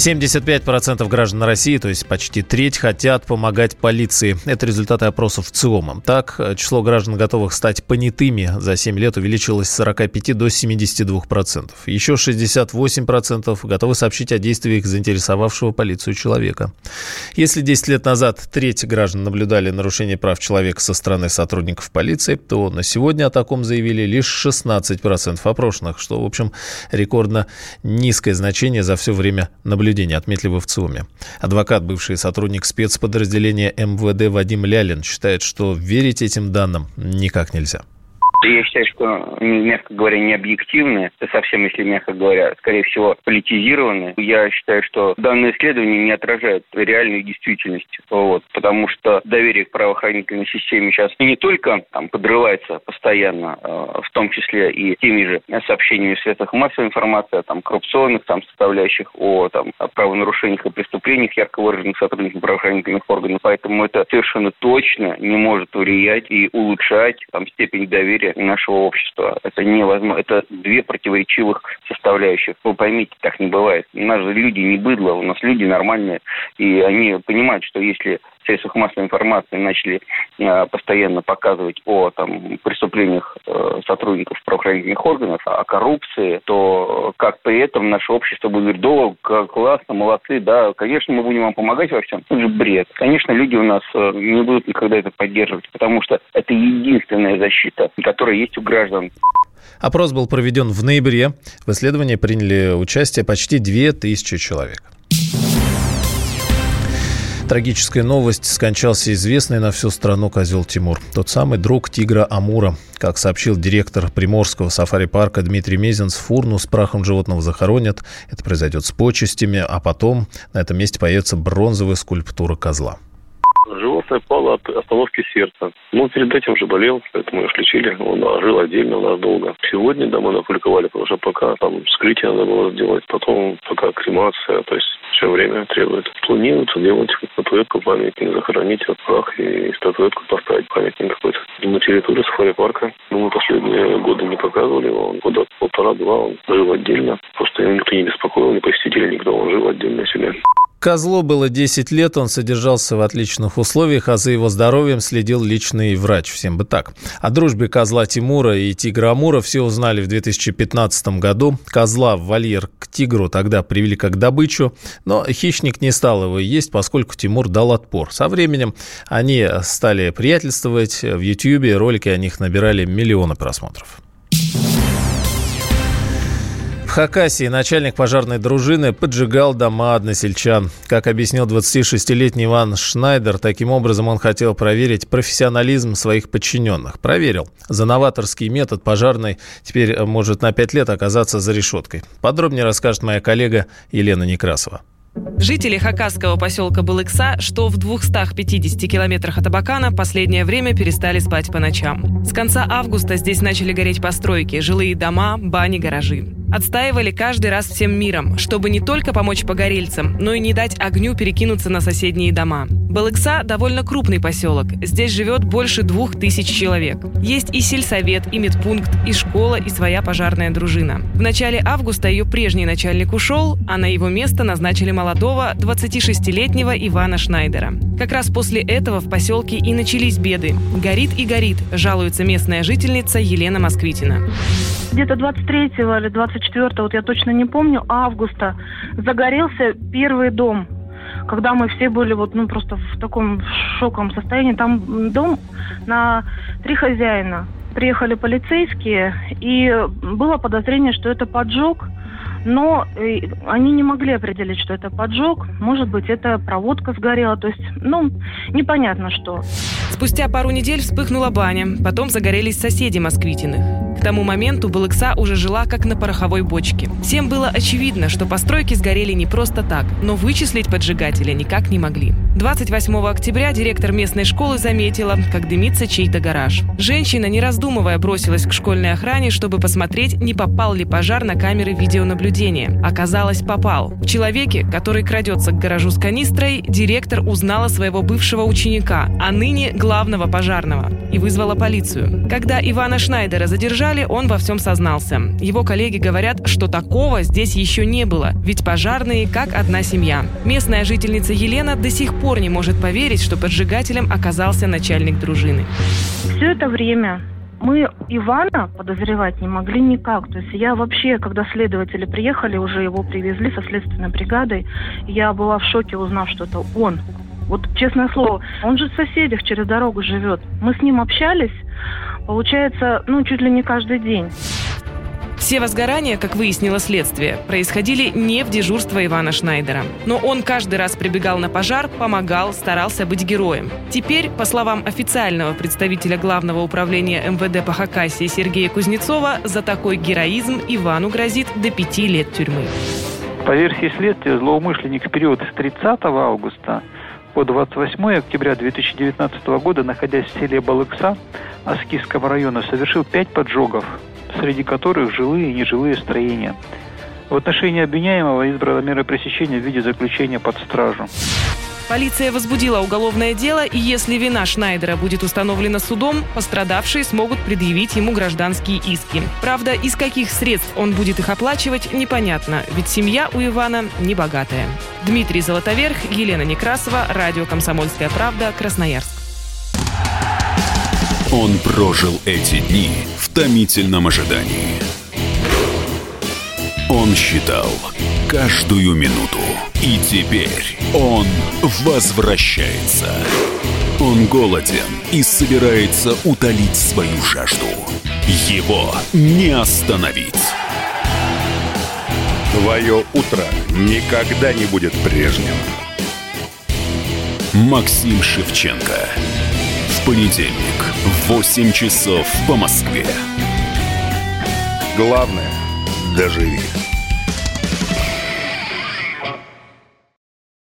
75% граждан России, то есть почти треть, хотят помогать полиции. Это результаты опросов ЦИОМа. Так, число граждан, готовых стать понятыми за 7 лет, увеличилось с 45 до 72%. Еще 68% готовы сообщить о действиях заинтересовавшего полицию человека. Если 10 лет назад треть граждан наблюдали нарушение прав человека со стороны сотрудников полиции, то на сегодня о таком заявили лишь 16% опрошенных, что, в общем, рекордно низкое значение за все время наблюдения, отметили в ЦИОМе. Адвокат, бывший сотрудник спецподразделения МВД Вадим Лялин, считает, что верить этим данным никак нельзя. Я считаю, что, мягко говоря, не объективные, совсем, если мягко говоря, скорее всего, политизированные. Я считаю, что данное исследование не отражает реальную действительность. Потому что доверие к правоохранительной системе сейчас не только подрывается постоянно, в том числе и теми же сообщениями в средствах массовой информации о коррупционных составляющих, о правонарушениях и преступлениях ярко выраженных сотрудников правоохранительных органов. Поэтому это совершенно точно не может влиять и улучшать степень доверия нашего общества. Это невозможно. Это две противоречивых составляющих. Вы поймите, так не бывает. У нас же люди не быдло, у нас люди нормальные. И они понимают, что если в средствах массовой информации начали постоянно показывать о преступлениях сотрудников правоохранительных органов, о коррупции, то как при этом наше общество будет говорить: да, классно, молодцы, да, конечно, мы будем вам помогать во всем. Это же бред. Конечно, люди у нас не будут никогда это поддерживать, потому что это единственная защита, которая есть у граждан. Опрос был проведен в ноябре. В исследовании приняли участие почти 2000 человек. Трагическая новость. Скончался известный на всю страну козел Тимур. Тот самый друг тигра Амура. Как сообщил директор Приморского сафари-парка Дмитрий Мезенцев, урну с прахом животного захоронят. Это произойдет с почестями, а потом на этом месте появится бронзовая скульптура козла. Животное пало от остановки сердца. Перед этим же болел, поэтому его лечили. Он жил отдельно у нас долго. Сегодня мы опубликовали, потому что пока вскрытие надо было сделать, потом пока кремация, то есть все время требует. Планируется делать статуэтку памятник, захоронить прах и статуэтку поставить памятник какой-то. На территории сафари-парка. Мы последние годы не показывали его. Года 1,5-2 он жил отдельно. Просто его никто не беспокоил, ни посетители, никто. Он жил отдельно себе. Козлу было 10 лет, он содержался в отличных условиях, а за его здоровьем следил личный врач, всем бы так. О дружбе козла Тимура и тигра Амура все узнали в 2015 году. Козла в вольер к тигру тогда привели как добычу, но хищник не стал его есть, поскольку Тимур дал отпор. Со временем они стали приятельствовать, в Ютьюбе ролики о них набирали миллионы просмотров. В Хакасии начальник пожарной дружины поджигал дома односельчан. Как объяснил 26-летний Иван Шнайдер, таким образом он хотел проверить профессионализм своих подчиненных. Проверил. За новаторский метод пожарный теперь может на 5 лет оказаться за решеткой. Подробнее расскажет моя коллега Елена Некрасова. Жители хакасского поселка Балыкса, что в 250 километрах от Абакана, последнее время перестали спать по ночам. С конца августа здесь начали гореть постройки, жилые дома, бани, гаражи. Отстаивали каждый раз всем миром, чтобы не только помочь погорельцам, но и не дать огню перекинуться на соседние дома. Балыкса – довольно крупный поселок. Здесь живет больше 2000 человек. Есть и сельсовет, и медпункт, и школа, и своя пожарная дружина. В начале августа ее прежний начальник ушел, а на его место назначили молодого, 26-летнего Ивана Шнайдера. Как раз после этого в поселке и начались беды. Горит и горит, жалуется местная жительница Елена Москвитина. Где-то 23-го или 24-го, я точно не помню, августа загорелся первый дом. Когда мы все были просто в таком шоковом состоянии. Там дом на 3 хозяина. Приехали полицейские, и было подозрение, что это поджог. Но они не могли определить, что это поджог. Может быть, это проводка сгорела. То есть, непонятно что. Спустя пару недель вспыхнула баня. Потом загорелись соседи Москвитиных. К тому моменту Балыкса уже жила как на пороховой бочке. Всем было очевидно, что постройки сгорели не просто так, но вычислить поджигателя никак не могли. 28 октября директор местной школы заметила, как дымится чей-то гараж. Женщина, не раздумывая, бросилась к школьной охране, чтобы посмотреть, не попал ли пожар на камеры видеонаблюдения. Оказалось, попал. В человеке, который крадется к гаражу с канистрой, директор узнала своего бывшего ученика, а ныне главного пожарного, и вызвала полицию. Когда Ивана Шнайдера задержали, он во всем сознался. Его коллеги говорят, что такого здесь еще не было, ведь пожарные как одна семья. Местная жительница Елена до сих пор не может поверить, что поджигателем оказался начальник дружины. Все это время мы Ивана подозревать не могли никак. То есть я вообще, когда следователи приехали, уже его привезли со следственной бригадой, я была в шоке, узнав, что это он. Вот честное слово, он же в соседях через дорогу живет. Мы с ним общались, получается, чуть ли не каждый день. Все возгорания, как выяснило следствие, происходили не в дежурство Ивана Шнайдера. Но он каждый раз прибегал на пожар, помогал, старался быть героем. Теперь, по словам официального представителя Главного управления МВД по Хакасии Сергея Кузнецова, за такой героизм Ивану грозит до 5 лет тюрьмы. По версии следствия, злоумышленник в период с 30 августа по 28 октября 2019 года, находясь в селе Балыкса Аскисского района, совершил 5 поджогов, среди которых жилые и нежилые строения. В отношении обвиняемого избрана мера пресечения в виде заключения под стражу. Полиция возбудила уголовное дело, и если вина Шнайдера будет установлена судом, пострадавшие смогут предъявить ему гражданские иски. Правда, из каких средств он будет их оплачивать, непонятно, ведь семья у Ивана небогатая. Дмитрий Золотоверх, Елена Некрасова, радио «Комсомольская правда», Красноярск. Он прожил эти дни в томительном ожидании. Он считал каждую минуту. И теперь он возвращается. Он голоден и собирается утолить свою жажду. Его не остановить. Твое утро никогда не будет прежним. Максим Шевченко. В понедельник в 8 часов по Москве. Главное – доживи.